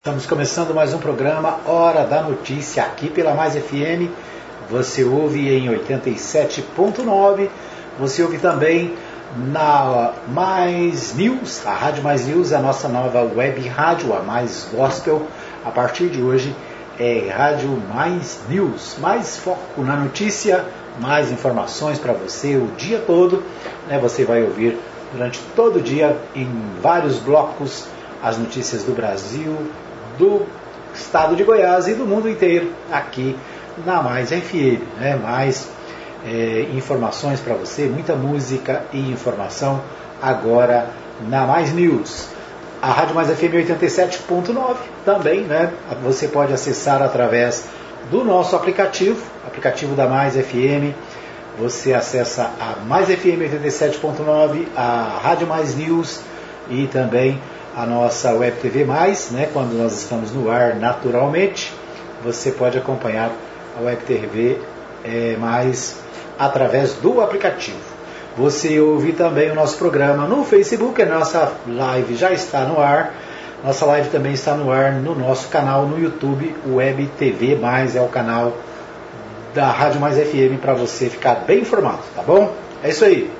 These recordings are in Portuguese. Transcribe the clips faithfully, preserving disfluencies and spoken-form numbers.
Estamos começando mais um programa Hora da Notícia aqui pela Mais F M. Você ouve em oitenta e sete ponto nove. Você ouve também na Mais News, a Rádio Mais News, a nossa nova web rádio, a Mais Gospel. A partir de hoje é Rádio Mais News, mais foco na notícia, mais informações para você o dia todo. Né? Você vai ouvir durante todo o dia em vários blocos as notícias do Brasil, do estado de Goiás e do mundo inteiro aqui na Mais F M, né? Mais é, informações para você, muita música e informação agora na Mais News. A Rádio Mais F M oitenta e sete ponto nove também, né? Você pode acessar através do nosso aplicativo, aplicativo da Mais F M. Você acessa a Mais F M oitenta e sete ponto nove, a Rádio Mais News e também a nossa Web T V Mais, né, quando nós estamos no ar naturalmente. Você pode acompanhar a Web T V é, Mais através do aplicativo. Você ouve também o nosso programa no Facebook, a nossa live já está no ar. Nossa live também está no ar no nosso canal no YouTube, Web T V Mais, é o canal da Rádio Mais F M para você ficar bem informado, tá bom? É isso aí.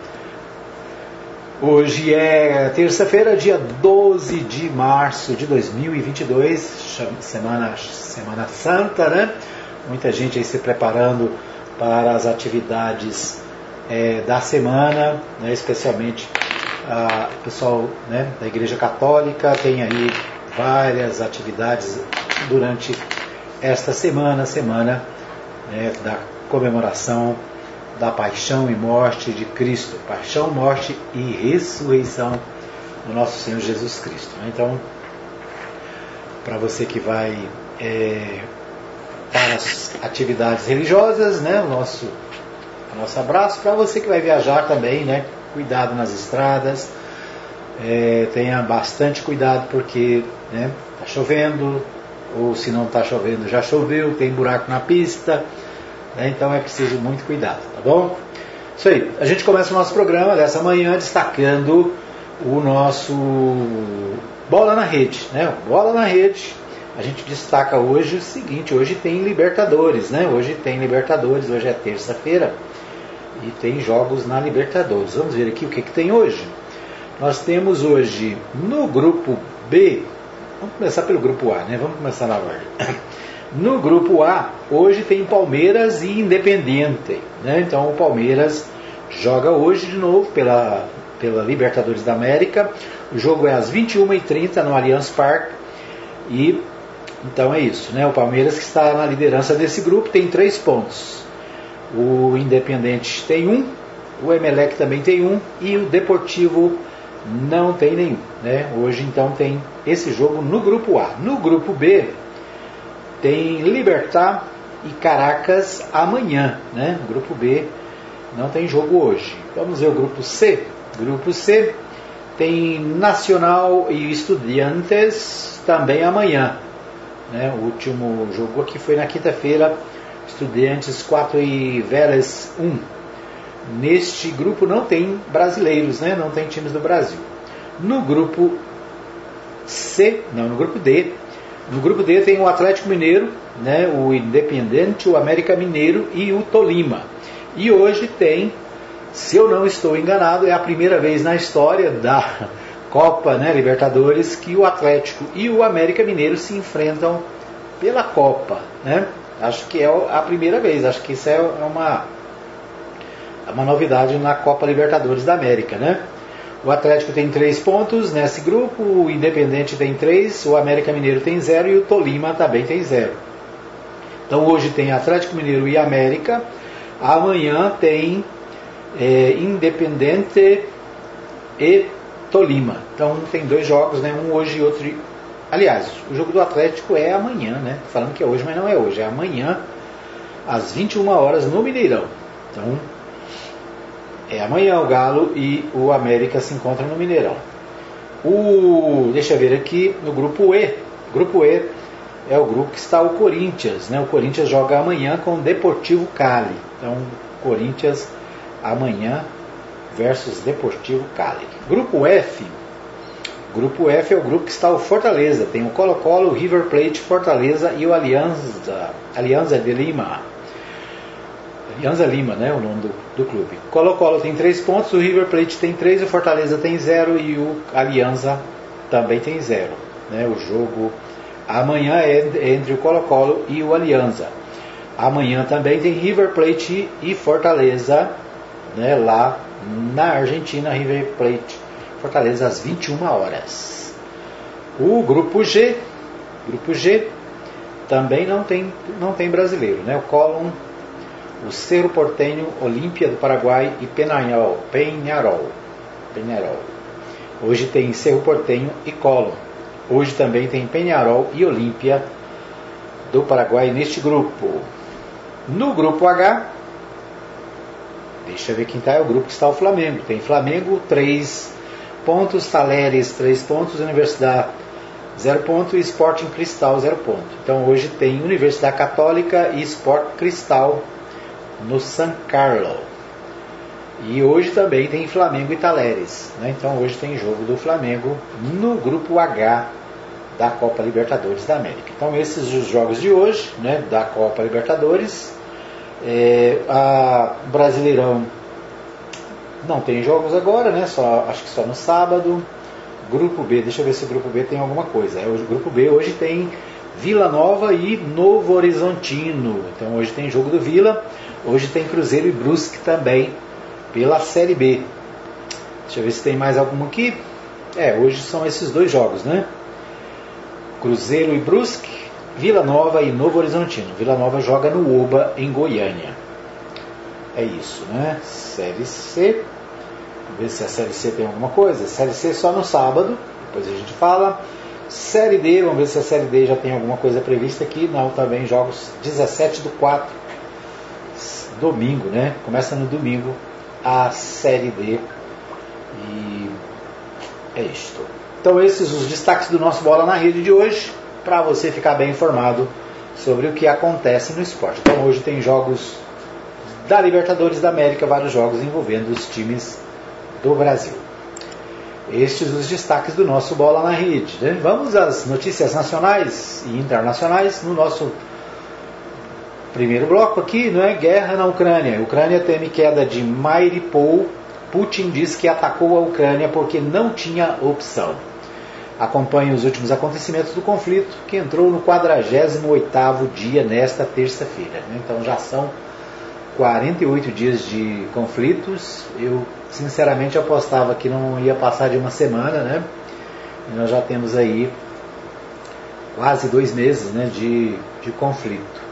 Hoje é terça-feira, dia doze de março de dois mil e vinte e dois, semana, semana Santa, né? Muita gente aí se preparando para as atividades é, da semana, né? Especialmente ah, o pessoal, né, da Igreja Católica tem aí várias atividades durante esta semana, semana né, da comemoração da paixão e morte de Cristo, paixão, morte e ressurreição do nosso Senhor Jesus Cristo. Então, para você que vai é, para as atividades religiosas, né, o nosso, o nosso abraço. Para você que vai viajar também, né, cuidado nas estradas, é, tenha bastante cuidado porque né, está chovendo, ou se não está chovendo já choveu, tem buraco na pista. Então é preciso muito cuidado, tá bom? Isso aí, a gente começa o nosso programa dessa manhã destacando o nosso Bola na Rede, né? Bola na Rede, a gente destaca hoje o seguinte, hoje tem Libertadores, né? Hoje tem Libertadores, hoje é terça-feira e tem jogos na Libertadores. Vamos ver aqui o que, que tem hoje. Nós temos hoje no grupo B, vamos começar pelo grupo A, né? Vamos começar na ordem. No grupo A, hoje tem Palmeiras e Independiente, né? Então o Palmeiras joga hoje de novo pela, pela Libertadores da América. O jogo é às vinte e uma e trinta no Allianz Parque. E então é isso, né? O Palmeiras que está na liderança desse grupo tem três pontos. O Independiente tem um, o Emelec também tem um e o Deportivo não tem nenhum, né? Hoje então tem esse jogo no grupo A. No grupo B tem Libertad e Caracas amanhã, né? Grupo B não tem jogo hoje. Vamos ver o grupo C. Grupo C tem Nacional e Estudiantes também amanhã, né? O último jogo aqui foi na quinta-feira, Estudiantes quatro e Vélez um. Neste grupo não tem brasileiros, né? Não tem times do Brasil. No grupo C, não, no grupo D, no grupo D tem o Atlético Mineiro, né, o Independiente, o América Mineiro e o Tolima. E hoje tem, se eu não estou enganado, é a primeira vez na história da Copa, né, Libertadores que o Atlético e o América Mineiro se enfrentam pela Copa, né? Acho que é a primeira vez, acho que isso é uma, uma novidade na Copa Libertadores da América, né? O Atlético tem três pontos nesse grupo, o Independiente tem três, o América Mineiro tem zero e o Tolima também tem zero. Então hoje tem Atlético Mineiro e América, amanhã tem é, Independiente e Tolima. Então tem dois jogos, né? Um hoje e outro. Aliás, o jogo do Atlético é amanhã, né? Falando que é hoje, mas não é hoje, é amanhã, às vinte e uma horas no Mineirão. Então é amanhã o Galo e o América se encontram no Mineirão. O, deixa eu ver aqui, no grupo E. Grupo E é o grupo que está o Corinthians, né? O Corinthians joga amanhã com o Deportivo Cali. Então, Corinthians amanhã versus Deportivo Cali. Grupo F, Grupo F é o grupo que está o Fortaleza. Tem o Colo-Colo, o River Plate, Fortaleza e o Alianza, Alianza de Lima. Alianza Lima, né, o nome do, do clube. Colo-Colo tem três pontos, o River Plate tem três, o Fortaleza tem zero e o Alianza também tem zero. Né, o jogo amanhã é entre o Colo-Colo e o Alianza. Amanhã também tem River Plate e Fortaleza, né, lá na Argentina, River Plate Fortaleza às vinte e uma horas. O grupo G, grupo G também não tem, não tem brasileiro, né? O Colón, o Cerro Porteño, Olímpia do Paraguai e Peñarol, Peñarol, Peñarol. Hoje tem Cerro Porteño e Colón. Hoje também tem Peñarol e Olímpia do Paraguai neste grupo. No grupo H, deixa eu ver quem está, é o grupo que está o Flamengo. Tem Flamengo três pontos, Talleres três pontos, Universidade zero ponto e Sporting Cristal zero ponto. Então hoje tem Universidade Católica e Sport Cristal no San Carlos. E hoje também tem Flamengo e Talleres, né? Então hoje tem jogo do Flamengo no grupo H da Copa Libertadores da América. Então esses os jogos de hoje, né, da Copa Libertadores. É, a Brasileirão não tem jogos agora, né? Só, acho que só no sábado. Grupo B, deixa eu ver se o Grupo B tem alguma coisa. É, o Grupo B hoje tem Vila Nova e Novo Horizontino. Então hoje tem jogo do Vila. Hoje tem Cruzeiro e Brusque também pela Série B. Deixa eu ver se tem mais algum aqui. É, hoje são esses dois jogos, né? Cruzeiro e Brusque, Vila Nova e Novo Horizontino. Vila Nova joga no Oba, em Goiânia. É isso, né? Série C. Vamos ver se a Série C tem alguma coisa. Série C só no sábado, depois a gente fala. Série D, vamos ver se a Série D já tem alguma coisa prevista aqui. Não, também jogos dezessete do quatro. Domingo, né? Começa no domingo a Série D. E é isto. Então esses os destaques do nosso Bola na Rede de hoje, para você ficar bem informado sobre o que acontece no esporte. Então hoje tem jogos da Libertadores da América, vários jogos envolvendo os times do Brasil. Estes os destaques do nosso Bola na Rede, né? Vamos às notícias nacionais e internacionais no nosso primeiro bloco aqui, não é? Guerra na Ucrânia. A Ucrânia teme queda de Mariupol. Putin diz que atacou a Ucrânia porque não tinha opção. Acompanhe os últimos acontecimentos do conflito, que entrou no quadragésimo oitavo dia nesta terça-feira. Então já são quarenta e oito dias de conflitos. Eu sinceramente apostava que não ia passar de uma semana, né? E nós já temos aí quase dois meses, né, de, de conflito.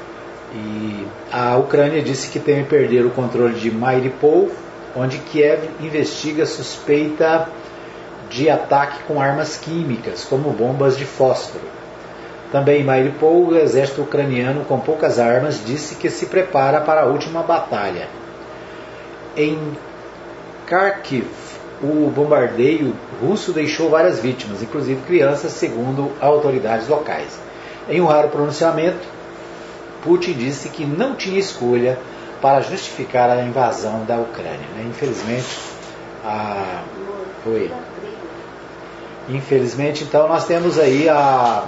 E a Ucrânia disse que teme perder o controle de Mariupol, onde Kiev investiga suspeita de ataque com armas químicas, como bombas de fósforo. Também em Mariupol, o exército ucraniano, com poucas armas, disse que se prepara para a última batalha. Em Kharkiv, o bombardeio russo deixou várias vítimas, inclusive crianças, segundo autoridades locais. Em um raro pronunciamento, Putin disse que não tinha escolha para justificar a invasão da Ucrânia. Né? Infelizmente, a... Foi. Infelizmente, então, nós temos aí a...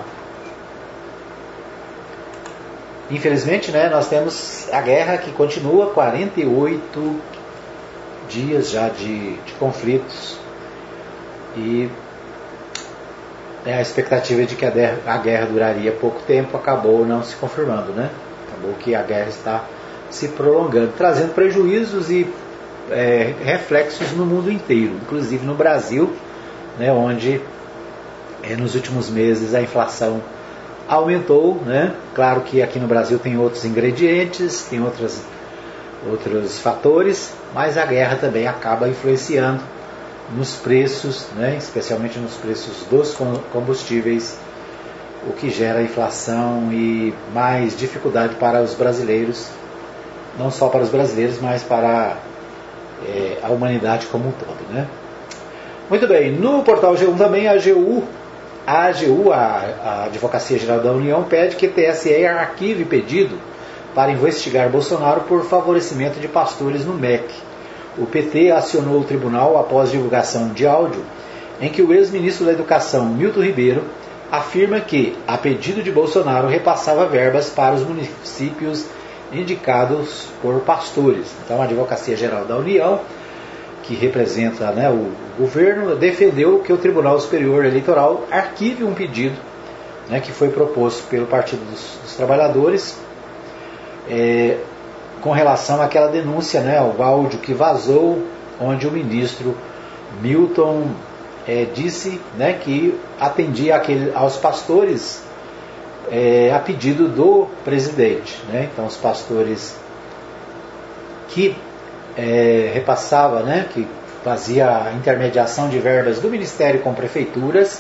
Infelizmente, né, nós temos a guerra que continua, quarenta e oito dias já de, de conflitos. E né, a expectativa de que a guerra, a guerra duraria pouco tempo acabou não se confirmando, né? Acabou que a guerra está se prolongando, trazendo prejuízos e é, reflexos no mundo inteiro, inclusive no Brasil, né, onde é, nos últimos meses a inflação aumentou, né? Claro que aqui no Brasil tem outros ingredientes, tem outras, outros fatores, mas a guerra também acaba influenciando nos preços, né? Especialmente nos preços dos combustíveis, o que gera inflação e mais dificuldade para os brasileiros, não só para os brasileiros, mas para é, a humanidade como um todo, né? Muito bem, no portal G um também a AGU, a AGU, a, a Advocacia Geral da União, pede que T S E arquive pedido para investigar Bolsonaro por favorecimento de pastores no M E C. O P T acionou o tribunal após divulgação de áudio em que o ex-ministro da Educação, Milton Ribeiro, afirma que, a pedido de Bolsonaro, repassava verbas para os municípios indicados por pastores. Então, a Advocacia Geral da União, que representa, né, o governo, defendeu que o Tribunal Superior Eleitoral arquive um pedido, né, que foi proposto pelo Partido dos, dos Trabalhadores, é, com relação àquela denúncia, né, ao áudio que vazou, onde o ministro Milton é, disse, né, que atendia aquele, aos pastores é, a pedido do presidente. Né? Então, os pastores que é, repassava, né, que fazia a intermediação de verbas do Ministério com prefeituras,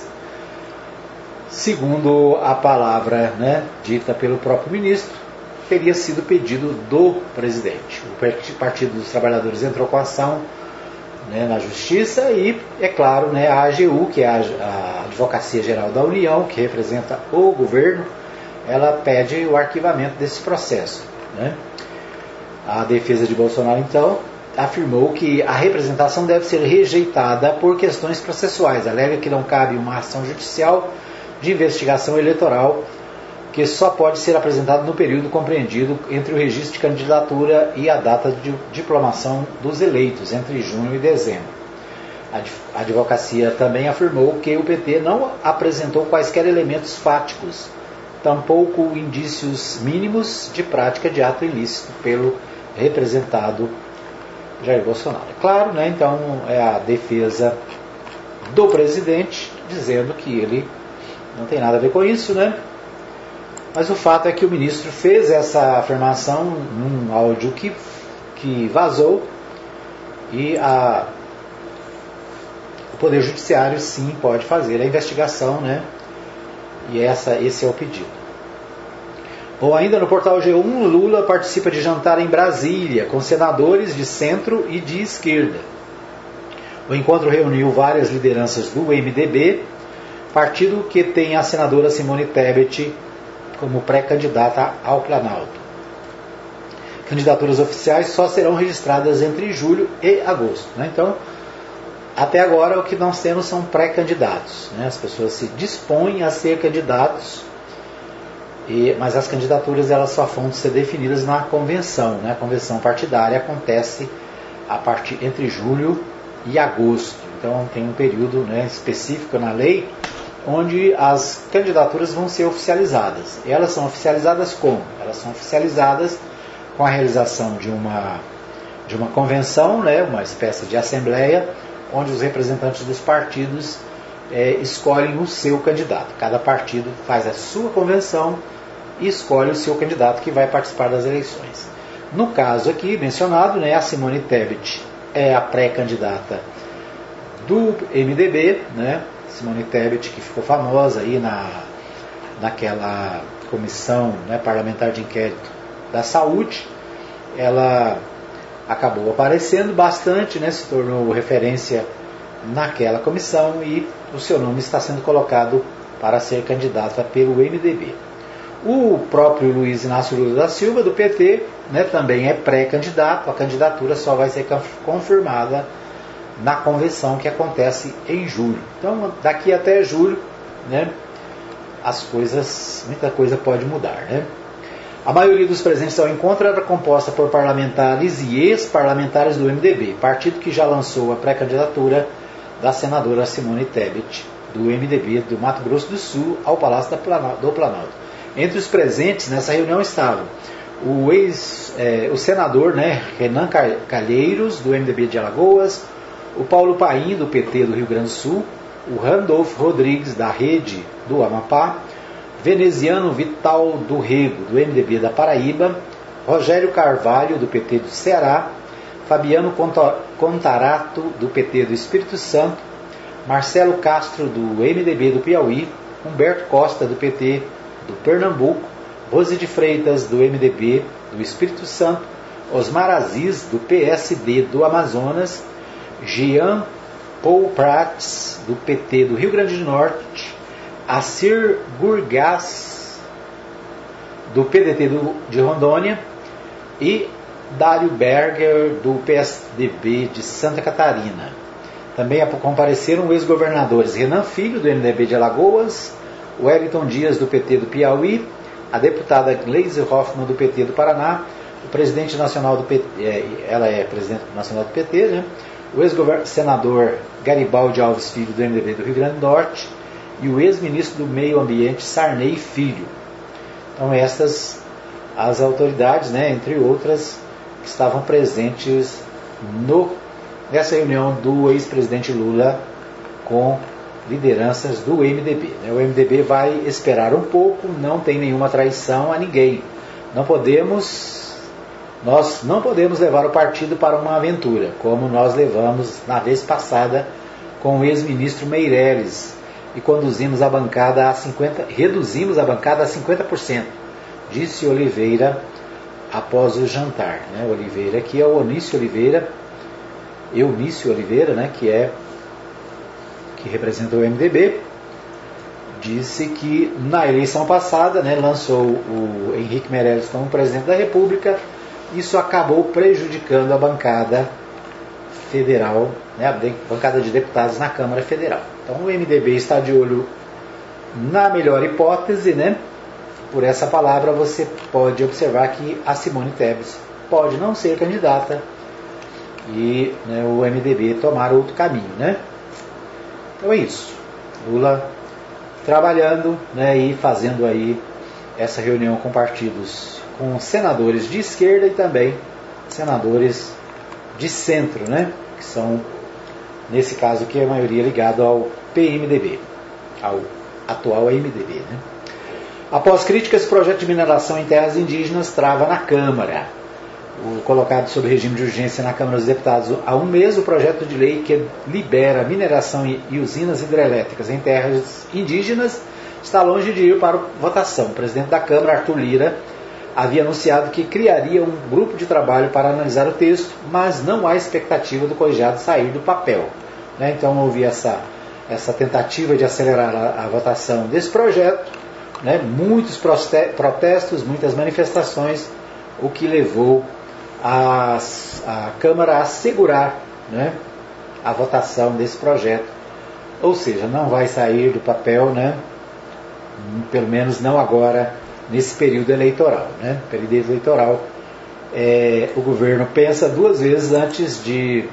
segundo a palavra, né, dita pelo próprio ministro, teria sido pedido do presidente. O Partido dos Trabalhadores entrou com ação, né, na Justiça e, é claro, né, a A G U, que é a, a Advocacia Geral da União, que representa o governo, ela pede o arquivamento desse processo. Né? A defesa de Bolsonaro, então, afirmou que a representação deve ser rejeitada por questões processuais. Alega que não cabe uma ação judicial de investigação eleitoral, que só pode ser apresentado no período compreendido entre o registro de candidatura e a data de diplomação dos eleitos, entre junho e dezembro. A advocacia também afirmou que o P T não apresentou quaisquer elementos fáticos, tampouco indícios mínimos de prática de ato ilícito pelo representado Jair Bolsonaro. Claro, né, então é a defesa do presidente dizendo que ele não tem nada a ver com isso, né? Mas o fato é que o ministro fez essa afirmação num áudio que, que vazou e a, o Poder Judiciário sim pode fazer a investigação, né? E essa, esse é o pedido. Ou ainda no portal G um, Lula participa de jantar em Brasília com senadores de centro e de esquerda. O encontro reuniu várias lideranças do M D B, partido que tem a senadora Simone Tebet como pré-candidata ao Planalto. Candidaturas oficiais só serão registradas entre julho e agosto. Né? Então, até agora o que nós temos são pré-candidatos. Né? As pessoas se dispõem a ser candidatos, e, mas as candidaturas elas só vão ser definidas na convenção. Né? A convenção partidária acontece a partir, entre julho e agosto. Então tem um período, né, específico na lei onde as candidaturas vão ser oficializadas. E elas são oficializadas como? Elas são oficializadas com a realização de uma, de uma convenção, né, uma espécie de assembleia, onde os representantes dos partidos é, escolhem o seu candidato. Cada partido faz a sua convenção e escolhe o seu candidato que vai participar das eleições. No caso aqui mencionado, né, a Simone Tebet é a pré-candidata do M D B, né, Simone Tebet, que ficou famosa aí na, naquela comissão, né, parlamentar de inquérito da saúde. Ela acabou aparecendo bastante, né, se tornou referência naquela comissão e o seu nome está sendo colocado para ser candidata pelo M D B. O próprio Luiz Inácio Lula da Silva, do P T, né, também é pré-candidato. A candidatura só vai ser confirmada na convenção que acontece em julho. Então, daqui até julho, né, as coisas, muita coisa pode mudar, né? A maioria dos presentes ao encontro era composta por parlamentares e ex-parlamentares do M D B, partido que já lançou a pré-candidatura da senadora Simone Tebet, do M D B do Mato Grosso do Sul, ao Palácio do Planalto. Entre os presentes nessa reunião estavam o, ex, é, o senador, né, Renan Calheiros, do M D B de Alagoas, o Paulo Paim, do P T do Rio Grande do Sul, o Randolfo Rodrigues, da Rede do Amapá, Veneziano Vital do Rego, do M D B da Paraíba, Rogério Carvalho, do P T do Ceará, Fabiano Contarato, do P T do Espírito Santo, Marcelo Castro, do M D B do Piauí, Humberto Costa, do P T do Pernambuco, Rose de Freitas, do M D B do Espírito Santo, Osmar Aziz, do P S D do Amazonas, Jean Paul Prats, do P T do Rio Grande do Norte, Assir Gurgás, do P D T do, de Rondônia, e Dário Berger, do P S D B de Santa Catarina. Também compareceram ex-governadores Renan Filho, do M D B de Alagoas, Wellington Dias, do P T do Piauí, a deputada Gleisi Hoffmann, do P T do Paraná, o presidente nacional do P T, ela é presidente nacional do P T, né? O ex-senador Garibaldi Alves Filho, do M D B do Rio Grande do Norte, e o ex-ministro do Meio Ambiente Sarney Filho. Então estas as autoridades, né, entre outras, que estavam presentes no, nessa reunião do ex-presidente Lula com lideranças do M D B. O M D B vai esperar um pouco, não tem nenhuma traição a ninguém. Não podemos, nós não podemos levar o partido para uma aventura, como nós levamos na vez passada com o ex-ministro Meirelles, e conduzimos a bancada a cinquenta, reduzimos a bancada a cinquenta por cento, disse Oliveira após o jantar. Né? Oliveira, que é o Onício Oliveira, Eunício Oliveira, né? que é que representa o M D B, disse que na eleição passada, né, lançou o Henrique Meirelles como presidente da República. Isso acabou prejudicando a bancada federal, né, a bancada de deputados na Câmara Federal. Então o M D B está de olho na melhor hipótese, né? Por essa palavra você pode observar que a Simone Tebet pode não ser candidata e, né, o M D B tomar outro caminho, né? Então é isso. Lula trabalhando, né, e fazendo aí essa reunião com partidos, com senadores de esquerda e também senadores de centro, né, que são, nesse caso aqui, a maioria ligada ao P M D B, ao atual M D B. Né. Após críticas, o projeto de mineração em terras indígenas trava na Câmara. O colocado sob regime de urgência na Câmara dos Deputados há um mês, o projeto de lei que libera mineração e usinas hidrelétricas em terras indígenas está longe de ir para votação. O presidente da Câmara, Arthur Lira, havia anunciado que criaria um grupo de trabalho para analisar o texto, mas não há expectativa do colegiado sair do papel. Né? Então houve essa, essa tentativa de acelerar a, a votação desse projeto, né? Muitos protestos, muitas manifestações, o que levou a, a Câmara a segurar, né, a votação desse projeto. Ou seja, não vai sair do papel, né, pelo menos não agora, nesse período eleitoral. Né? Período eleitoral, é, o governo pensa duas vezes antes de,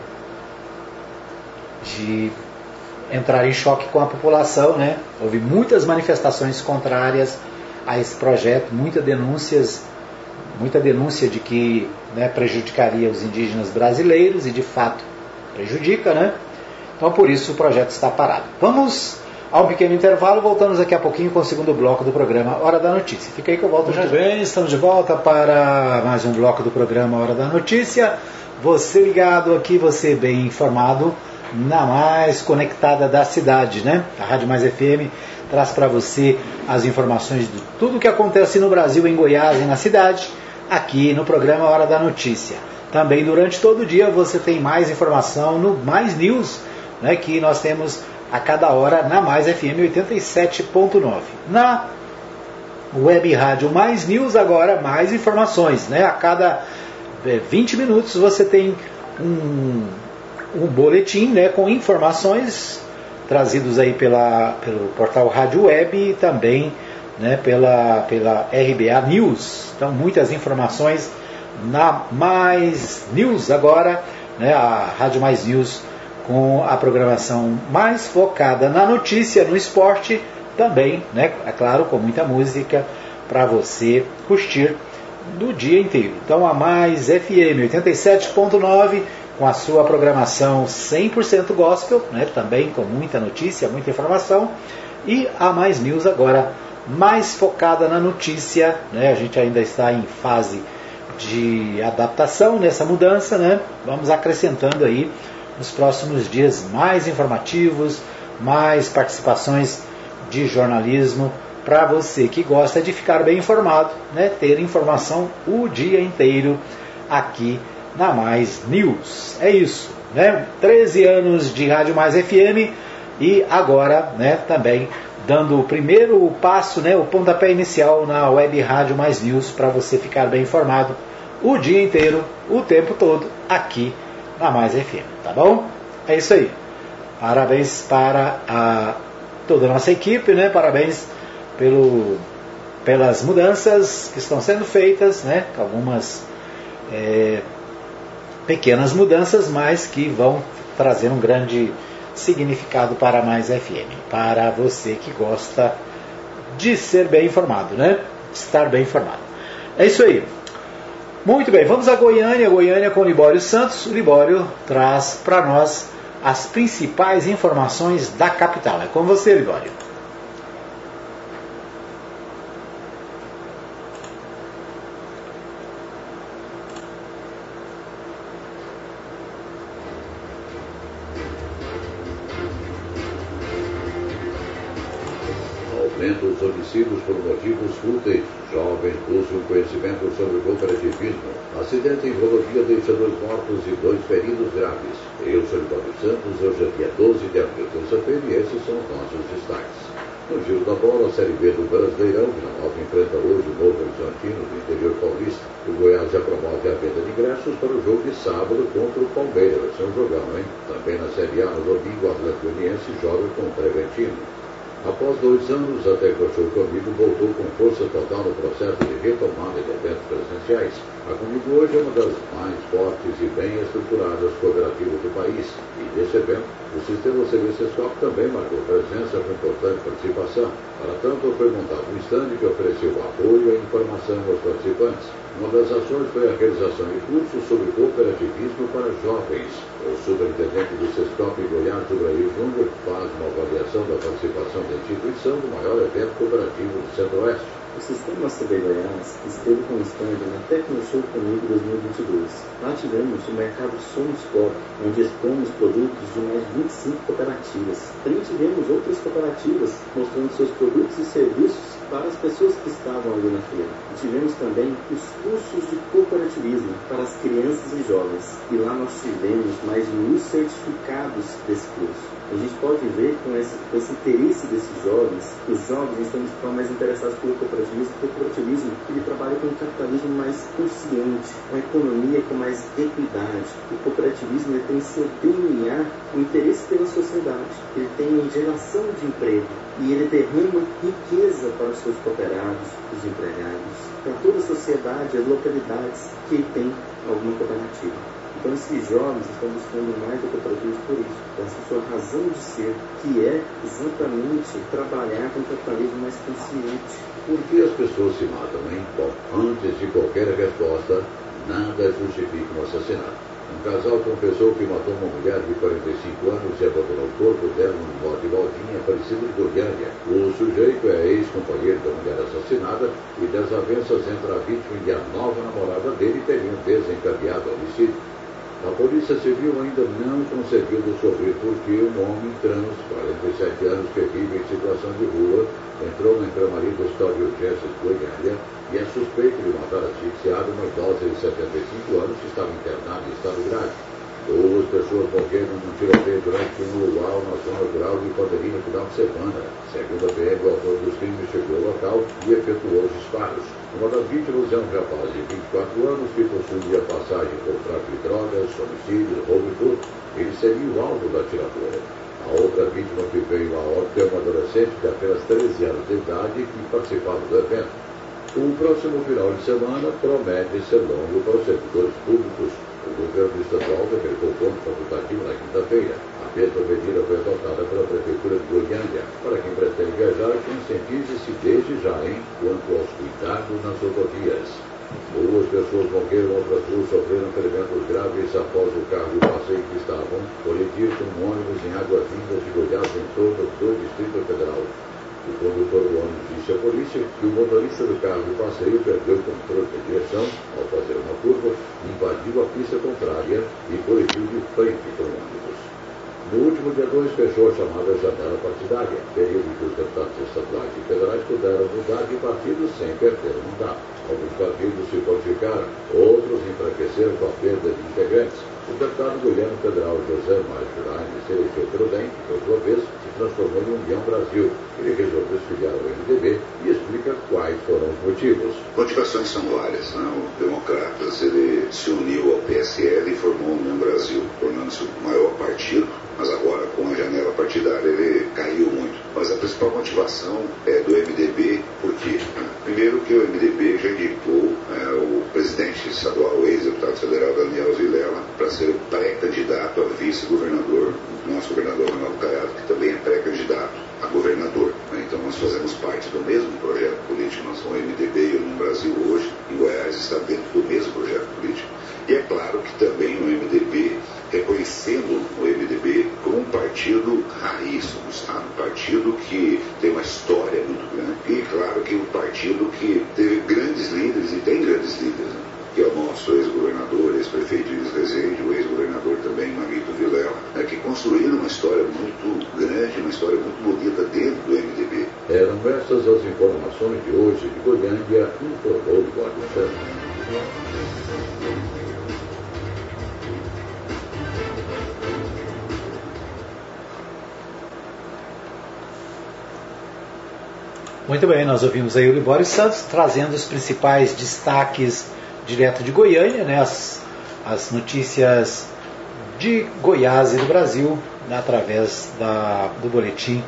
de entrar em choque com a população. Né? Houve muitas manifestações contrárias a esse projeto, muitas denúncias, muita denúncia de que, né, prejudicaria os indígenas brasileiros, e de fato prejudica, né? Então por isso o projeto está parado. Vamos a um pequeno intervalo, voltamos daqui a pouquinho com o segundo bloco do programa Hora da Notícia. Fica aí que eu volto já. Muito bem, estamos de volta para mais um bloco do programa Hora da Notícia. Você ligado aqui, você bem informado, na mais conectada da cidade, né? A Rádio Mais F M traz para você as informações de tudo o que acontece no Brasil, em Goiás e na cidade, aqui no programa Hora da Notícia. Também durante todo o dia você tem mais informação no Mais News, né, que nós temos a cada hora na Mais F M oitenta e sete ponto nove. Na Web Rádio Mais News agora, mais informações, né? A cada vinte minutos você tem um, um boletim, né, com informações trazidos aí pela, pelo portal Rádio Web e também, né, pela, pela R B A News. Então muitas informações na Mais News agora, né, a Rádio Mais News com a programação mais focada na notícia, no esporte, também, né, é claro, com muita música para você curtir do dia inteiro. Então a Mais F M oitenta e sete ponto nove com a sua programação cem por cento gospel, né, também com muita notícia, muita informação, e a Mais News agora mais focada na notícia, né, a gente ainda está em fase de adaptação nessa mudança, né, vamos acrescentando aí nos próximos dias mais informativos, mais participações de jornalismo para você que gosta de ficar bem informado, né, ter informação o dia inteiro aqui na Mais News. É isso, né? treze anos de Rádio Mais F M e agora, né, também dando o primeiro passo, né, o pontapé inicial na Web Rádio Mais News para você ficar bem informado o dia inteiro, o tempo todo aqui na Mais F M, tá bom? É isso aí. Parabéns para a, toda a nossa equipe, né? Parabéns pelo, pelas mudanças que estão sendo feitas, né? Algumas é, pequenas mudanças, mas que vão trazer um grande significado para a Mais F M, para você que gosta de ser bem informado, né? Estar bem informado. É isso aí. Muito bem, vamos a Goiânia, Goiânia com o Libório Santos. O Libório traz para nós as principais informações da capital. É com você, Libório. Aumenta os homicídios por motivos fúteis. Jovens buscam conhecimento sobre o cooperativismo. Acidente em rodovia deixa dois mortos e dois feridos graves. Eu sou Libório Santos, hoje é dia doze de abril, terça-feira, e esses são os nossos destaques. No giro da bola, a Série B do Brasileirão, Vila Nova enfrenta hoje o Novo Horizontino do interior paulista. O Goiás já promove a venda de ingressos para o jogo de sábado contra o Palmeiras. Vai ser um jogão, hein? Também na Série A, no domingo, o Atlético Goianiense joga com o Bragantino. Após dois anos, a Tecnoshow Comigo voltou com força total no processo de retomada de eventos presenciais. A Comigo hoje é uma das mais fortes e bem estruturadas cooperativas do país. E nesse evento, o sistema C V Sescop também marcou presença com importante participação. Para tanto, foi montado um stand que ofereceu apoio e informação aos participantes. Uma das ações foi a realização de cursos sobre cooperativismo para jovens. O superintendente do Sescop em Goiás, Ibraí Júnior, faz uma avaliação da participação da instituição no maior evento cooperativo do Centro-Oeste. O Sistema C B Goiás esteve com o stand na Tecnoshow Comigo dois mil e vinte e dois. Lá tivemos o mercado Somos Coop, onde expomos produtos de mais de vinte e cinco cooperativas. Também tivemos outras cooperativas mostrando seus produtos e serviços para as pessoas que estavam ali na feira. E tivemos também os cursos de cooperativismo para as crianças e jovens. E lá nós tivemos mais de mil certificados desse curso. A gente pode ver com esse, com esse interesse desses jovens, que os jovens estão, estão mais interessados pelo cooperativismo, porque o cooperativismo ele trabalha com um capitalismo mais consciente, uma economia com mais equidade. O cooperativismo ele tem em seu D N A o interesse pela sociedade, ele tem geração de emprego e ele derrama riqueza para os seus cooperados, os empregados, para toda a sociedade, as localidades que tem alguma cooperativa. Então esses jovens estão buscando mais do cooperativismo por isso, por essa sua razão de ser, que é exatamente trabalhar com um capitalismo mais consciente. Por que as pessoas se matam, hein? Bom, antes de qualquer resposta, nada justifica um assassinato. Um casal confessou que matou uma mulher de quarenta e cinco anos e abandonou o corpo dela no norte de Valdinha, Aparecida de Goiânia. O sujeito é ex-companheiro da mulher assassinada e desavenças entre a vítima e a nova namorada dele teriam desencadeado o homicídio. A Polícia Civil ainda não conseguiu descobrir por que um homem trans, quarenta e sete anos, que vive em situação de rua, entrou na enfermaria do Hospital de Urgências de Goiânia e é suspeito de matar asfixiado uma idosa de setenta e cinco anos que estava internada em estado grave. Duas pessoas morreram num tiroteio durante um luau na zona rural de Pandeirinha no final de semana. Segundo a P M, o autor dos crimes chegou ao local e efetuou os disparos. Uma das vítimas é um rapaz de vinte e quatro anos que possuía passagem por tráfico de drogas, homicídio, roubo e furto. Ele seria o alvo da atiradora. A outra vítima que veio a óbito é uma adolescente de apenas treze anos de idade que participava do evento. O próximo final de semana promete ser longo para os servidores públicos. O governo estadual decretou ponto facultativo na quinta-feira. A mesma medida foi adotada pela Prefeitura de Goiânia. Para quem pretende viajar, conscientize-se desde já, hein, quanto aos cuidados nas rodovias. Duas pessoas morreram, outras duas sofreram ferimentos graves após o carro de passeio que estavam colidir com um ônibus em Águas Lindas de Goiás em torno do Distrito Federal. O condutor do ônibus disse à polícia que o motorista do carro de passeio perdeu o controle de direção ao fazer uma curva, invadiu a pista contrária e colidiu de frente com o ônibus. No último dia dois, fechou a chamada janela partidária, período em que os deputados estaduais e federais puderam mudar de partido sem perder o mandato. Alguns partidos se fortificaram, outros enfraqueceram com a perda de integrantes. O deputado goiano federal José Mário Juraine se elegeu pelo D E M, que por sua vez se transformou em União Brasil. Ele resolveu se filiar ao M D B e explica quais foram os motivos. Motivações são várias, né? O Democratas ele se uniu ao P S L e formou a União Brasil, tornando-se o maior partido, mas agora com a janela partidária ele caiu muito. Mas a principal motivação é do M D B, por quê? Primeiro que o M D B já indicou é, o presidente estadual, o ex-deputado federal Daniel Vilela, para ser o pré-candidato a vice-governador, nosso governador Ronaldo Caiado, que também é pré-candidato a governador. Então nós fazemos parte do mesmo projeto político, nós somos o M D B e no Brasil hoje, em Goiás está dentro do mesmo projeto político. E é claro que também o M D B, reconhecendo o M D B como um partido raiz no Estado, um partido que tem uma história muito grande, e claro que um partido que teve grandes líderes e tem grandes líderes, né? Que é o nosso ex-governador, ex-prefeito Luiz Rezende, o ex-governador também, Marito Vilela, né, que construíram uma história muito grande, uma história muito bonita dentro do M D B. Eram essas as informações de hoje de Goiânia, informou o Código Santos. Muito bem, nós ouvimos aí o Libório Santos trazendo os principais destaques direto de Goiânia, né, as, as notícias de Goiás e do Brasil, né, através da, do boletim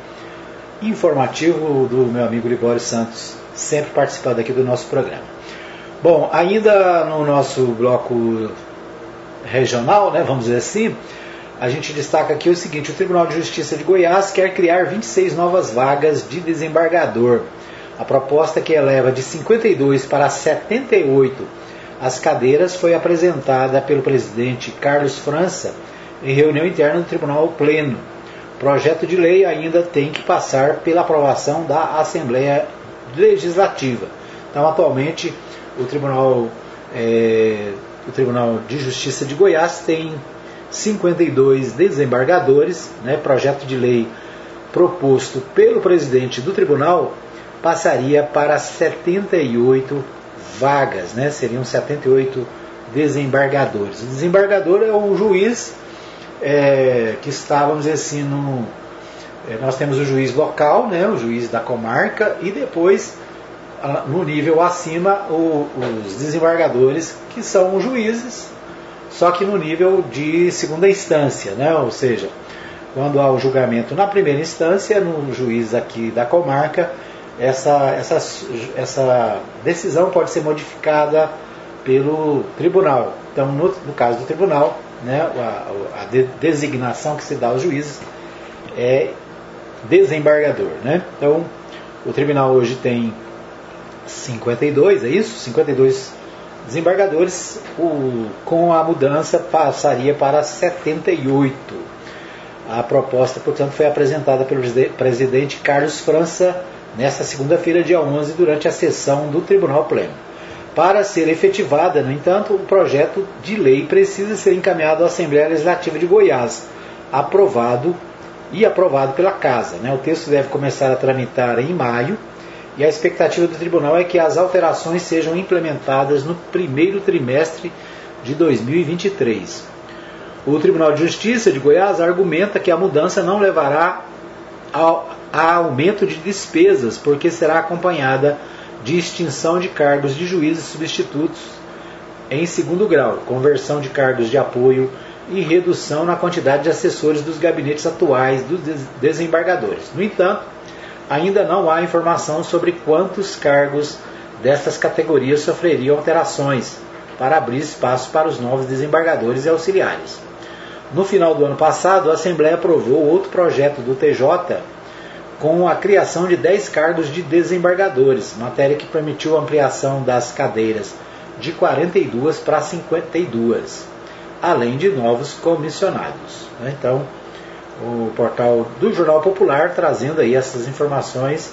informativo do meu amigo Libório Santos, sempre participando aqui do nosso programa. Bom, ainda no nosso bloco regional, né, vamos dizer assim, a gente destaca aqui o seguinte: o Tribunal de Justiça de Goiás quer criar vinte e seis novas vagas de desembargador. A proposta, que eleva de cinquenta e dois para setenta e oito as cadeiras, foi apresentada pelo presidente Carlos França em reunião interna do Tribunal Pleno. O projeto de lei ainda tem que passar pela aprovação da Assembleia Legislativa. Então, atualmente, o Tribunal, é, o Tribunal de Justiça de Goiás tem cinquenta e dois desembargadores, né? Projeto de lei proposto pelo presidente do tribunal passaria para setenta e oito vagas, né? Seriam setenta e oito desembargadores. O desembargador é o juiz é, que está, vamos dizer assim, no, é, nós temos o juiz local, né? O juiz da comarca, e depois, no nível acima, o, os desembargadores, que são os juízes, só que no nível de segunda instância, né? Ou seja, quando há o julgamento na primeira instância, no juiz aqui da comarca, essa, essa, essa decisão pode ser modificada pelo tribunal. Então, no, no caso do tribunal, né, a, a de, designação que se dá aos juízes é desembargador, né? Então, o tribunal hoje tem cinquenta e dois, é isso? cinquenta e dois desembargadores, o, com a mudança passaria para setenta e oito. A proposta, portanto, foi apresentada pelo presidente Carlos França nesta segunda-feira, dia onze, durante a sessão do Tribunal Pleno. Para ser efetivada, no entanto, o projeto de lei precisa ser encaminhado à Assembleia Legislativa de Goiás, aprovado e aprovado pela Casa, né? O texto deve começar a tramitar em maio, e a expectativa do tribunal é que as alterações sejam implementadas no primeiro trimestre de dois mil e vinte e três. O Tribunal de Justiça de Goiás argumenta que a mudança não levará ao, a aumento de despesas, porque será acompanhada de extinção de cargos de juízes substitutos em segundo grau, conversão de cargos de apoio e redução na quantidade de assessores dos gabinetes atuais dos desembargadores. No entanto, ainda não há informação sobre quantos cargos destas categorias sofreriam alterações para abrir espaço para os novos desembargadores e auxiliares. No final do ano passado, a Assembleia aprovou outro projeto do T J com a criação de dez cargos de desembargadores, matéria que permitiu a ampliação das cadeiras de quarenta e duas para cinquenta e duas, além de novos comissionados. Então, o portal do Jornal Popular trazendo aí essas informações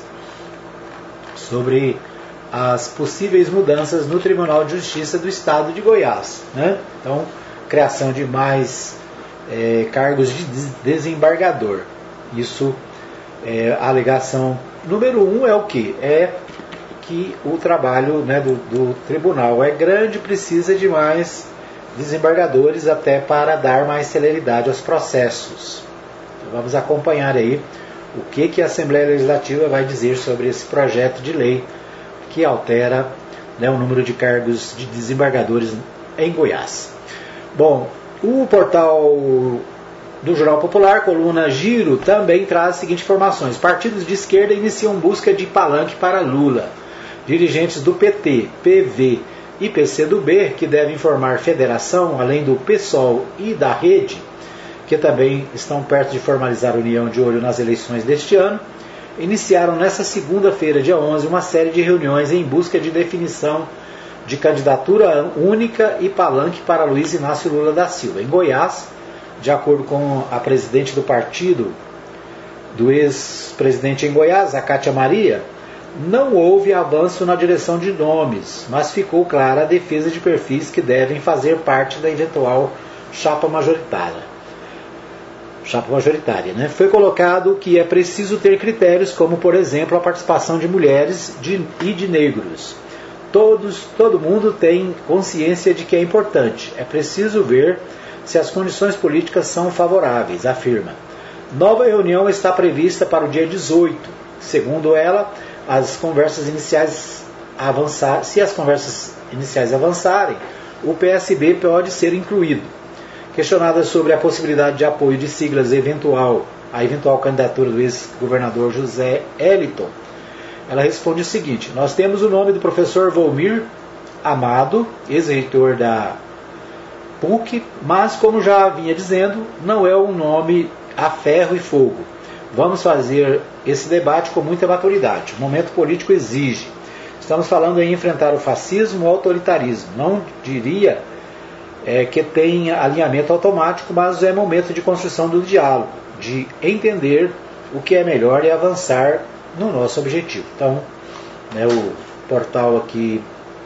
sobre as possíveis mudanças no Tribunal de Justiça do Estado de Goiás, né? Então, criação de mais é, cargos de desembargador. Isso, é, a alegação número um é o que? É que o trabalho, né, do, do tribunal é grande, precisa de mais desembargadores até para dar mais celeridade aos processos. Vamos acompanhar aí o que, que a Assembleia Legislativa vai dizer sobre esse projeto de lei que altera, né, o número de cargos de desembargadores em Goiás. Bom, o portal do Jornal Popular, coluna Giro, também traz as seguintes informações. Partidos de esquerda iniciam busca de palanque para Lula. Dirigentes do P T, P V e P C do B, que devem formar federação, além do PSOL e da Rede, que também estão perto de formalizar a união de olho nas eleições deste ano, iniciaram nesta segunda-feira, dia onze, uma série de reuniões em busca de definição de candidatura única e palanque para Luiz Inácio Lula da Silva. Em Goiás, de acordo com a presidente do partido, do ex-presidente em Goiás, a Cátia Maria, não houve avanço na direção de nomes, mas ficou clara a defesa de perfis que devem fazer parte da eventual chapa majoritária. Chapa majoritária, né? Foi colocado que é preciso ter critérios como, por exemplo, a participação de mulheres de, e de negros. Todos, todo mundo tem consciência de que é importante. É preciso ver se as condições políticas são favoráveis, afirma. Nova reunião está prevista para o dia dezoito. Segundo ela, as conversas iniciais avançar, se as conversas iniciais avançarem, o P S B pode ser incluído. Questionada sobre a possibilidade de apoio de siglas eventual, a eventual candidatura do ex-governador José Eliton, ela responde o seguinte: nós temos o nome do professor Volmir Amado, ex-reitor da P U C, mas, como já vinha dizendo, não é um nome a ferro e fogo. Vamos fazer esse debate com muita maturidade. O momento político exige. Estamos falando em enfrentar o fascismo, o autoritarismo. Não diria é, que tem alinhamento automático, mas é momento de construção do diálogo, de entender o que é melhor e avançar no nosso objetivo. Então, né, o portal aqui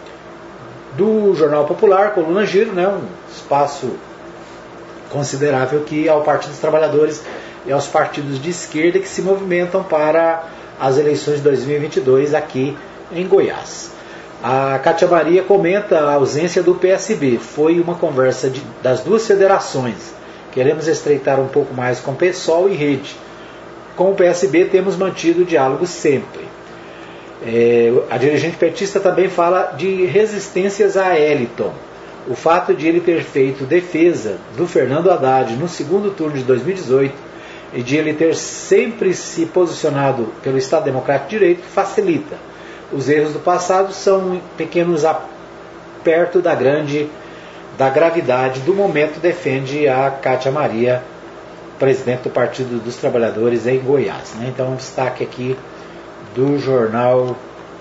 do Jornal Popular, coluna Giro, né, um espaço considerável que ao Partido dos Trabalhadores e aos partidos de esquerda que se movimentam para as eleições de dois mil e vinte e dois aqui em Goiás. A Cátia Maria comenta a ausência do P S B. Foi uma conversa de, das duas federações. Queremos estreitar um pouco mais com o PSOL e Rede. Com o P S B temos mantido o diálogo sempre. É, a dirigente petista também fala de resistências a Eliton. O fato de ele ter feito defesa do Fernando Haddad no segundo turno de dois mil e dezoito e de ele ter sempre se posicionado pelo Estado Democrático de Direito facilita. Os erros do passado são pequenos a, perto da grande da gravidade do momento, defende a Cátia Maria, presidente do Partido dos Trabalhadores em Goiás. Né? Então, um destaque aqui do jornal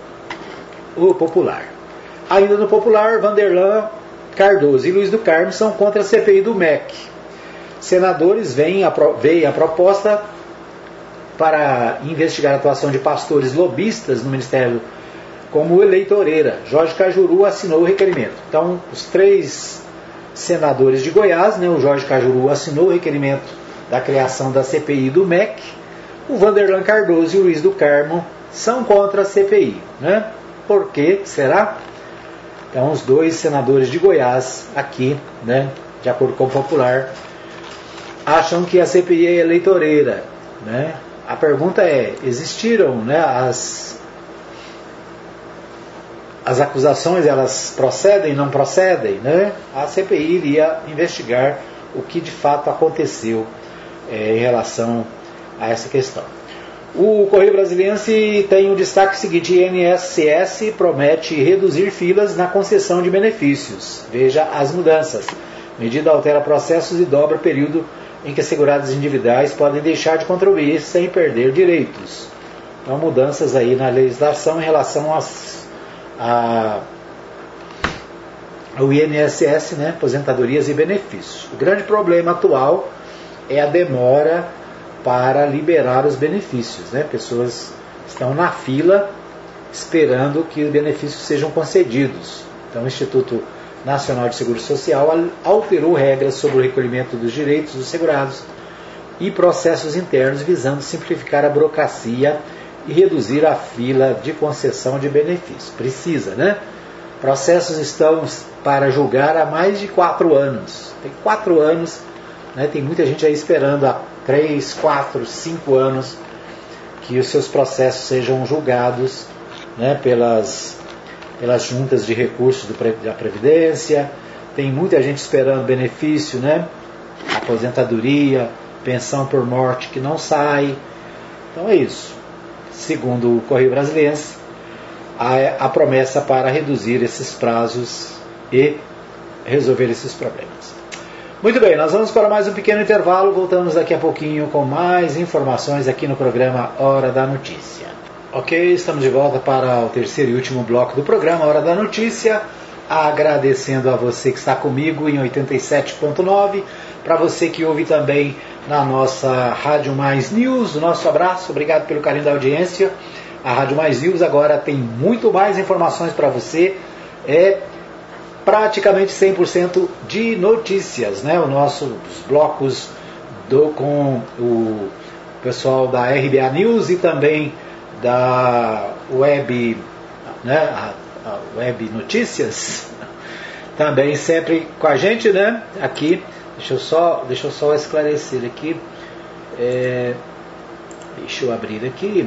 O Popular. Ainda no Popular, Vanderlan Cardoso e Luiz do Carmo são contra a C P I do M E C. Senadores veem a, veem a proposta para investigar a atuação de pastores lobistas no Ministério como eleitoreira. Jorge Cajuru assinou o requerimento. Então, os três senadores de Goiás, né, o Jorge Cajuru assinou o requerimento da criação da C P I do M E C. O Vanderlan Cardoso e o Luiz do Carmo são contra a C P I. Né? Por que será? Então, os dois senadores de Goiás, aqui, né, de acordo com o Popular, acham que a C P I é eleitoreira. Né? A pergunta é, existiram, né, as, as acusações, elas procedem, não procedem? Né? A C P I iria investigar o que de fato aconteceu é, em relação a essa questão. O Correio Brasiliense tem o destaque seguinte: I N S S promete reduzir filas na concessão de benefícios. Veja as mudanças. Medida altera processos e dobra o período em que segurados individuais podem deixar de contribuir sem perder direitos. Então, mudanças aí na legislação em relação às, a, ao I N S S, né, aposentadorias e benefícios. O grande problema atual é a demora para liberar os benefícios. Né? Pessoas estão na fila esperando que os benefícios sejam concedidos. Então, o Instituto Nacional de Seguro Social alterou regras sobre o recolhimento dos direitos dos segurados e processos internos visando simplificar a burocracia e reduzir a fila de concessão de benefícios. Precisa, né? Processos estão para julgar há mais de quatro anos. Tem quatro anos, né? Tem muita gente aí esperando há três, quatro, cinco anos que os seus processos sejam julgados, né, pelas, pelas juntas de recursos do, da Previdência. Tem muita gente esperando benefício, né, aposentadoria, pensão por morte que não sai. Então é isso. Segundo o Correio Brasiliense, a, a promessa para reduzir esses prazos e resolver esses problemas. Muito bem, nós vamos para mais um pequeno intervalo. Voltamos daqui a pouquinho com mais informações aqui no programa Hora da Notícia. Ok, estamos de volta para o terceiro e último bloco do programa Hora da Notícia. Agradecendo a você que está comigo em oitenta e sete ponto nove, para você que ouve também na nossa Rádio Mais News, o nosso abraço, obrigado pelo carinho da audiência. A Rádio Mais News agora tem muito mais informações para você, é praticamente cem por cento de notícias, né? Os nossos blocos do, com o pessoal da R B A News e também da Web, né? a, a Web Notícias, também sempre com a gente, né? Aqui, deixa eu só, deixa eu só esclarecer aqui, é, deixa eu abrir aqui.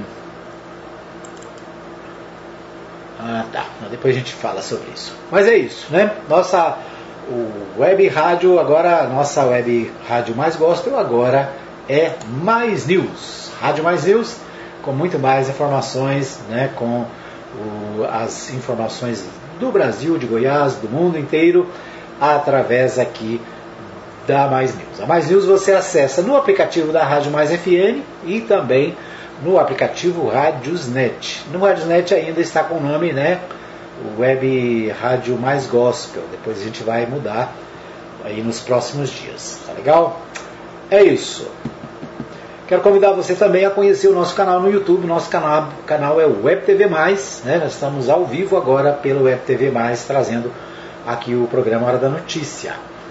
Ah, tá. Depois a gente fala sobre isso. Mas é isso, né? Nossa o web rádio agora, nossa web rádio mais gospel agora é Mais News. Rádio Mais News com muito mais informações, né? Com o, as informações do Brasil, de Goiás, do mundo inteiro, através aqui da Mais News. A Mais News você acessa no aplicativo da Rádio Mais F M e também no aplicativo Radiosnet. No Radiosnet ainda está com o nome, né, Web Rádio Mais Gospel. Depois a gente vai mudar aí nos próximos dias. Tá legal? É isso. Quero convidar você também a conhecer o nosso canal no YouTube. Nosso canal, canal é o Web T V Mais, né? Nós estamos ao vivo agora pelo Web T V Mais, trazendo aqui o programa Hora da Notícia.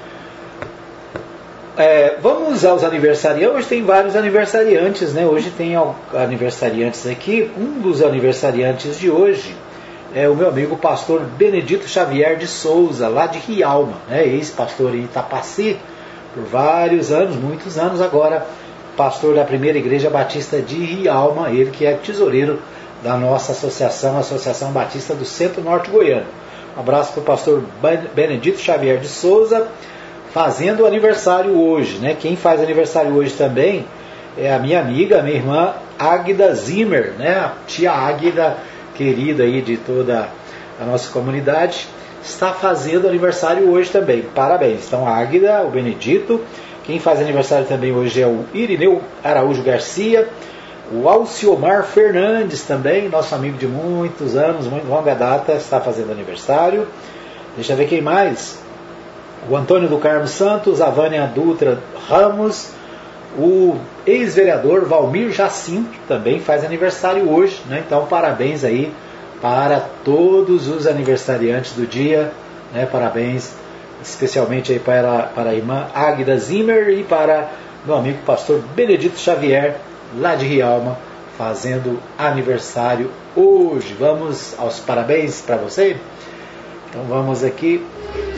É, vamos aos aniversariantes. Hoje tem vários aniversariantes, né? Hoje tem aniversariantes aqui. Um dos aniversariantes de hoje é o meu amigo pastor Benedito Xavier de Souza, lá de Rialma, né? Ex-pastor em Itapaci por vários anos, muitos anos agora, pastor da Primeira Igreja Batista de Rialma, ele que é tesoureiro da nossa associação, a Associação Batista do Centro-Norte Goiano. Um abraço para o pastor Benedito Xavier de Souza, fazendo aniversário hoje, né? Quem faz aniversário hoje também é a minha amiga, a minha irmã Águida Zimmer, né? A tia Águida, querida aí de toda a nossa comunidade, está fazendo aniversário hoje também. Parabéns. Então a Águida, o Benedito, quem faz aniversário também hoje é o Irineu Araújo Garcia, o Alciomar Fernandes também, nosso amigo de muitos anos, muito longa data, está fazendo aniversário. Deixa eu ver quem mais. O Antônio do Carmo Santos, a Vânia Dutra Ramos, o ex-vereador Valmir Jacinto também faz aniversário hoje, né? Então parabéns aí para todos os aniversariantes do dia, né? Parabéns especialmente aí para, para a irmã Águida Zimmer e para meu amigo pastor Benedito Xavier, lá de Rialma, fazendo aniversário hoje. Vamos aos parabéns para você? Então vamos aqui.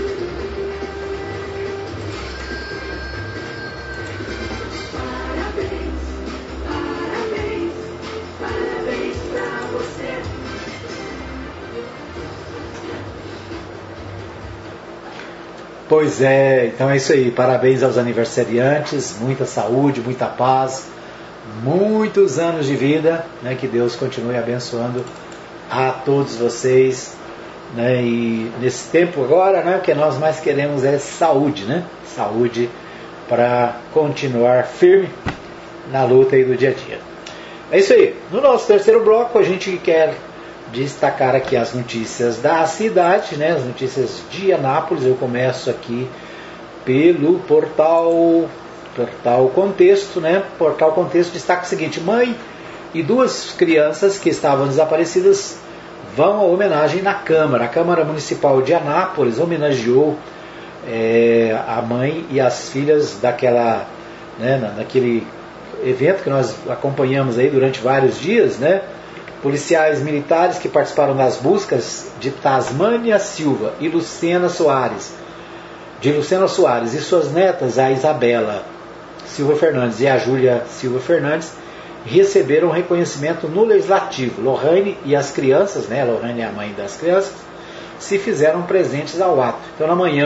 Pois é, então é isso aí, parabéns aos aniversariantes, muita saúde, muita paz, muitos anos de vida, né, que Deus continue abençoando a todos vocês, né, e nesse tempo agora, né, o que nós mais queremos é saúde, né, saúde para continuar firme na luta aí do dia a dia. É isso aí, no nosso terceiro bloco a gente quer destacar aqui as notícias da cidade, né, as notícias de Anápolis. Eu começo aqui pelo portal, portal Contexto, né? Portal Contexto destaca o seguinte: mãe e duas crianças que estavam desaparecidas vão à homenagem na Câmara. A Câmara Municipal de Anápolis homenageou é, a mãe e as filhas daquela, né, daquele evento que nós acompanhamos aí durante vários dias, né? Policiais militares que participaram das buscas de Tasmânia Silva e Lucena Soares, de Lucena Soares e suas netas, a Isabela Silva Fernandes e a Júlia Silva Fernandes, receberam reconhecimento no Legislativo. Lohane e as crianças, né, Lohane é a mãe das crianças, se fizeram presentes ao ato. Então, na manhã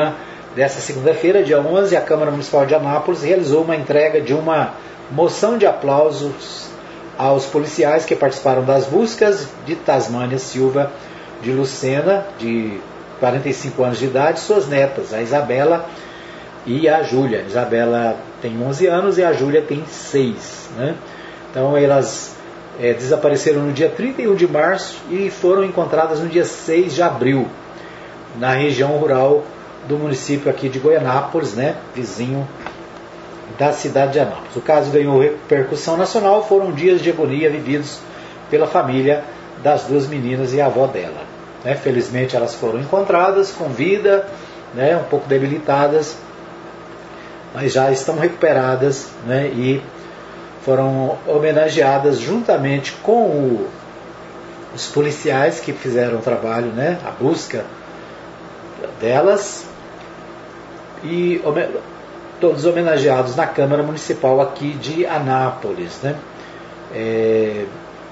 dessa segunda-feira, dia onze, a Câmara Municipal de Anápolis realizou uma entrega de uma moção de aplausos aos policiais que participaram das buscas de Tasmânia Silva de Lucena, de quarenta e cinco anos de idade, suas netas, a Isabela e a Júlia. A Isabela tem onze anos e a Júlia tem seis. Né? Então elas é, desapareceram no dia trinta e um de março e foram encontradas no dia seis de abril, na região rural do município aqui de Goianápolis, né, vizinho da cidade de Anápolis. O caso ganhou repercussão nacional, foram dias de agonia vividos pela família das duas meninas e a avó dela. Né? Felizmente elas foram encontradas com vida, né, um pouco debilitadas, mas já estão recuperadas, né, e foram homenageadas juntamente com o, os policiais que fizeram o trabalho, né, a busca delas, e todos homenageados na Câmara Municipal aqui de Anápolis. Né? É,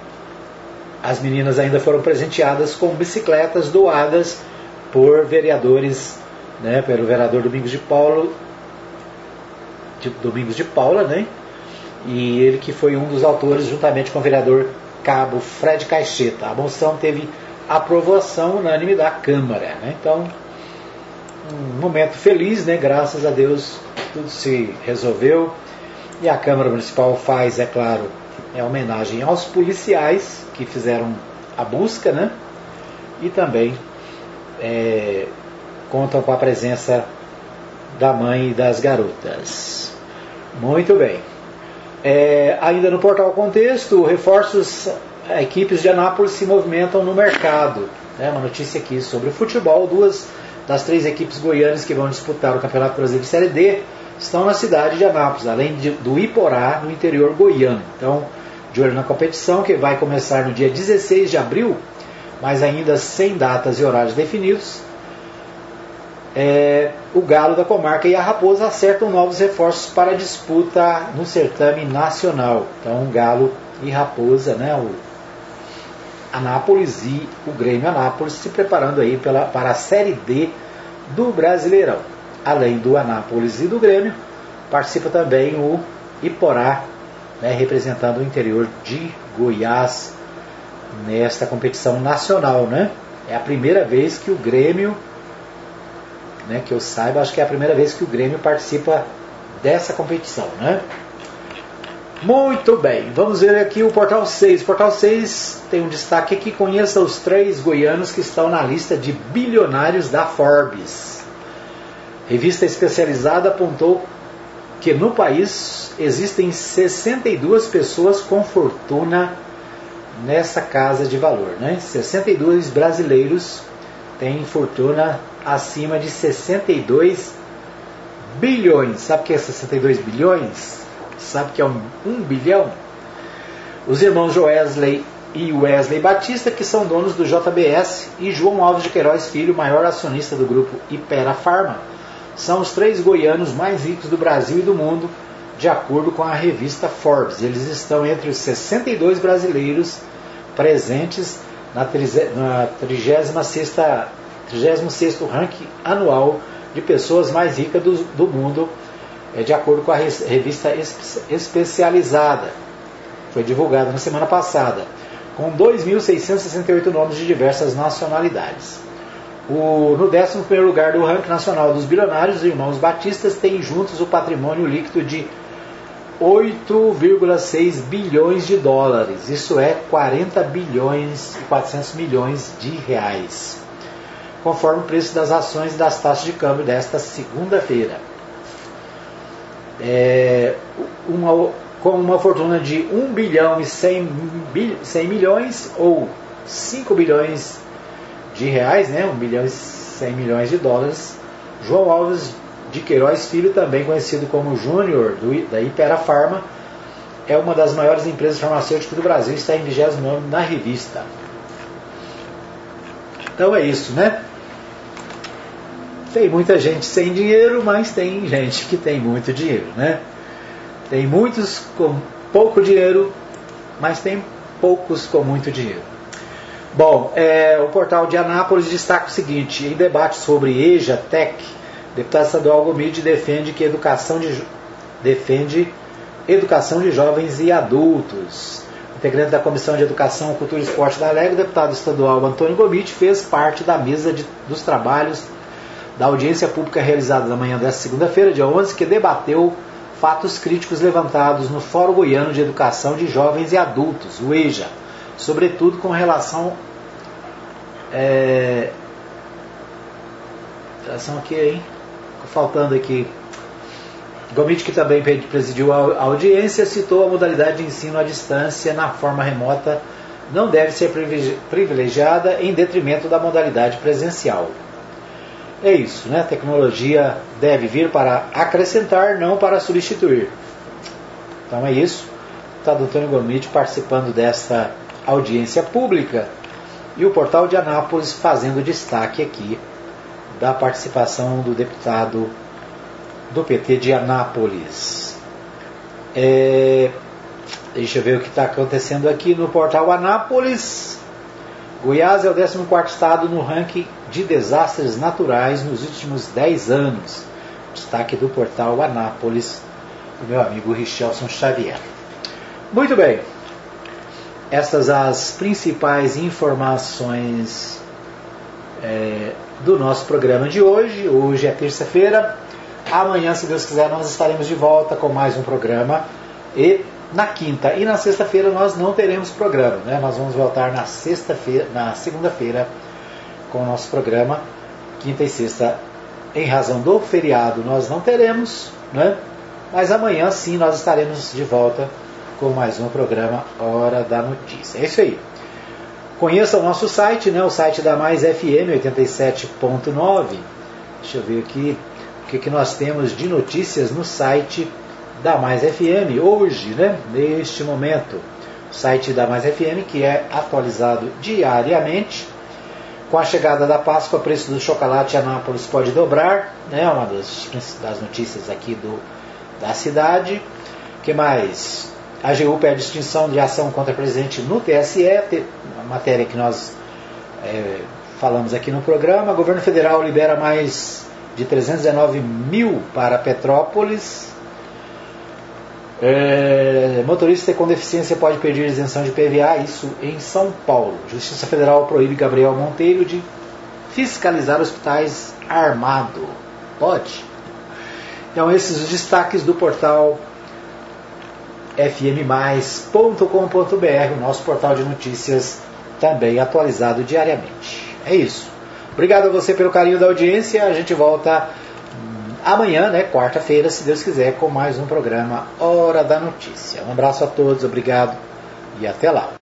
as meninas ainda foram presenteadas com bicicletas doadas por vereadores, né, pelo vereador Domingos de Paulo, de Domingos de Paula, né? E ele que foi um dos autores, juntamente com o vereador Cabo Fred Caixeta. A moção teve aprovação unânime da Câmara. Né? Então, um momento feliz, né? Graças a Deus tudo se resolveu. E a Câmara Municipal faz, é claro, é homenagem aos policiais que fizeram a busca, né? E também é, contam com a presença da mãe e das garotas. Muito bem. É, ainda no portal Contexto, reforços, equipes de Anápolis se movimentam no mercado. Né? Uma notícia aqui sobre o futebol. Duas das três equipes goianas que vão disputar o Campeonato Brasileiro de Série D estão na cidade de Anápolis, além de, do Iporá, no interior goiano. Então, de olho na competição, que vai começar no dia dezesseis de abril, mas ainda sem datas e horários definidos. É, o Galo da comarca e a Raposa acertam novos reforços para a disputa no certame nacional. Então, Galo e Raposa, né, o Anápolis e o Grêmio Anápolis se preparando aí pela, para a Série D do Brasileirão. Além do Anápolis e do Grêmio, participa também o Iporá, né, representando o interior de Goiás nesta competição nacional. Né? É a primeira vez que o Grêmio, né, que eu saiba, acho que é a primeira vez que o Grêmio participa dessa competição. Né? Muito bem, vamos ver aqui o Portal seis. O Portal seis tem um destaque aqui: conheça os três goianos que estão na lista de bilionários da Forbes. Revista especializada apontou que no país existem sessenta e duas pessoas com fortuna nessa casa de valor. Né? sessenta e dois brasileiros têm fortuna acima de sessenta e dois bilhões. Sabe o que é sessenta e dois bilhões? Sabe que é um, um bilhão? Os irmãos Joesley e Wesley Batista, que são donos do J B S, e João Alves de Queiroz Filho, maior acionista do grupo Ipera Pharma, são os três goianos mais ricos do Brasil e do mundo, de acordo com a revista Forbes. Eles estão entre os sessenta e dois brasileiros presentes na trigésimo sexto ranking anual de pessoas mais ricas do, do mundo, é, de acordo com a revista especializada. Foi divulgada na semana passada, com dois mil seiscentos e sessenta e oito nomes de diversas nacionalidades. O, no décimo primeiro lugar do ranking nacional dos bilionários, os irmãos Batistas têm juntos o patrimônio líquido de oito vírgula seis bilhões de dólares. Isso é quarenta bilhões e quatrocentos milhões de reais, conforme o preço das ações e das taxas de câmbio desta segunda-feira. É, uma, com uma fortuna de um bilhão e cem milhões ou cinco bilhões de reais, né? um bilhão e cem milhões de dólares, João Alves de Queiroz Filho, também conhecido como Júnior, da Ipera Pharma, é uma das maiores empresas farmacêuticas do Brasil, está em vigésimo nono na revista. Então é isso, né? Tem muita gente sem dinheiro, mas tem gente que tem muito dinheiro, né? Tem muitos com pouco dinheiro, mas tem poucos com muito dinheiro. Bom, é, o portal de Anápolis destaca o seguinte: em debate sobre EJA Tech, Deputado estadual Gomide defende que educação de, defende educação de jovens e adultos. Integrante da Comissão de Educação, Cultura e Esporte da Alegre, o deputado estadual Antônio Gomide fez parte da mesa de, dos trabalhos da audiência pública realizada na manhã desta segunda-feira, dia onze, que debateu fatos críticos levantados no Fórum Goiano de Educação de Jovens e Adultos, o EJA, sobretudo com relação é, relação aqui, hein? Faltando aqui. Gomide, que também presidiu a audiência, citou a modalidade de ensino à distância na forma remota não deve ser privilegiada em detrimento da modalidade presencial. É isso, né? A tecnologia deve vir para acrescentar, não para substituir. Então é isso. Está o Antônio Gomide participando desta audiência pública e o Portal de Anápolis fazendo destaque aqui da participação do deputado do P T de Anápolis. É, deixa eu ver o que está acontecendo aqui no Portal Anápolis. Goiás é o décimo quarto estado no ranking de desastres naturais nos últimos dez anos. Destaque do Portal Anápolis, do meu amigo Richelson Xavier. Muito bem. Estas as principais informações é, do nosso programa de hoje. Hoje é terça-feira. Amanhã, se Deus quiser, nós estaremos de volta com mais um programa. E na quinta e na sexta-feira nós não teremos programa, né? Nós vamos voltar na sexta-feira, na segunda-feira com o nosso programa. Quinta e sexta, em razão do feriado, nós não teremos, né? Mas amanhã sim nós estaremos de volta com mais um programa Hora da Notícia. É isso aí. Conheça o nosso site, né? O site da Mais F M oitenta e sete ponto nove. Deixa eu ver aqui o que, que nós temos de notícias no site da Mais F M hoje, né? Neste momento. O site da Mais F M, que é atualizado diariamente. Com a chegada da Páscoa, o preço do chocolate em Anápolis pode dobrar, né? Uma das, das notícias aqui do, da cidade. O que mais? A AGU pede extinção de ação contra presidente no T S E, uma matéria que nós é, falamos aqui no programa. O governo federal libera mais de trezentos e dezenove mil para Petrópolis. É, motorista com deficiência pode pedir isenção de P V A, isso em São Paulo. Justiça Federal proíbe Gabriel Monteiro de fiscalizar hospitais armado. Pode? Então esses os destaques do portal f m mais ponto com ponto b r, o nosso portal de notícias também atualizado diariamente. É isso. Obrigado a você pelo carinho da audiência. A gente volta hum, amanhã, né, quarta-feira, se Deus quiser, com mais um programa Hora da Notícia. Um abraço a todos, obrigado e até lá.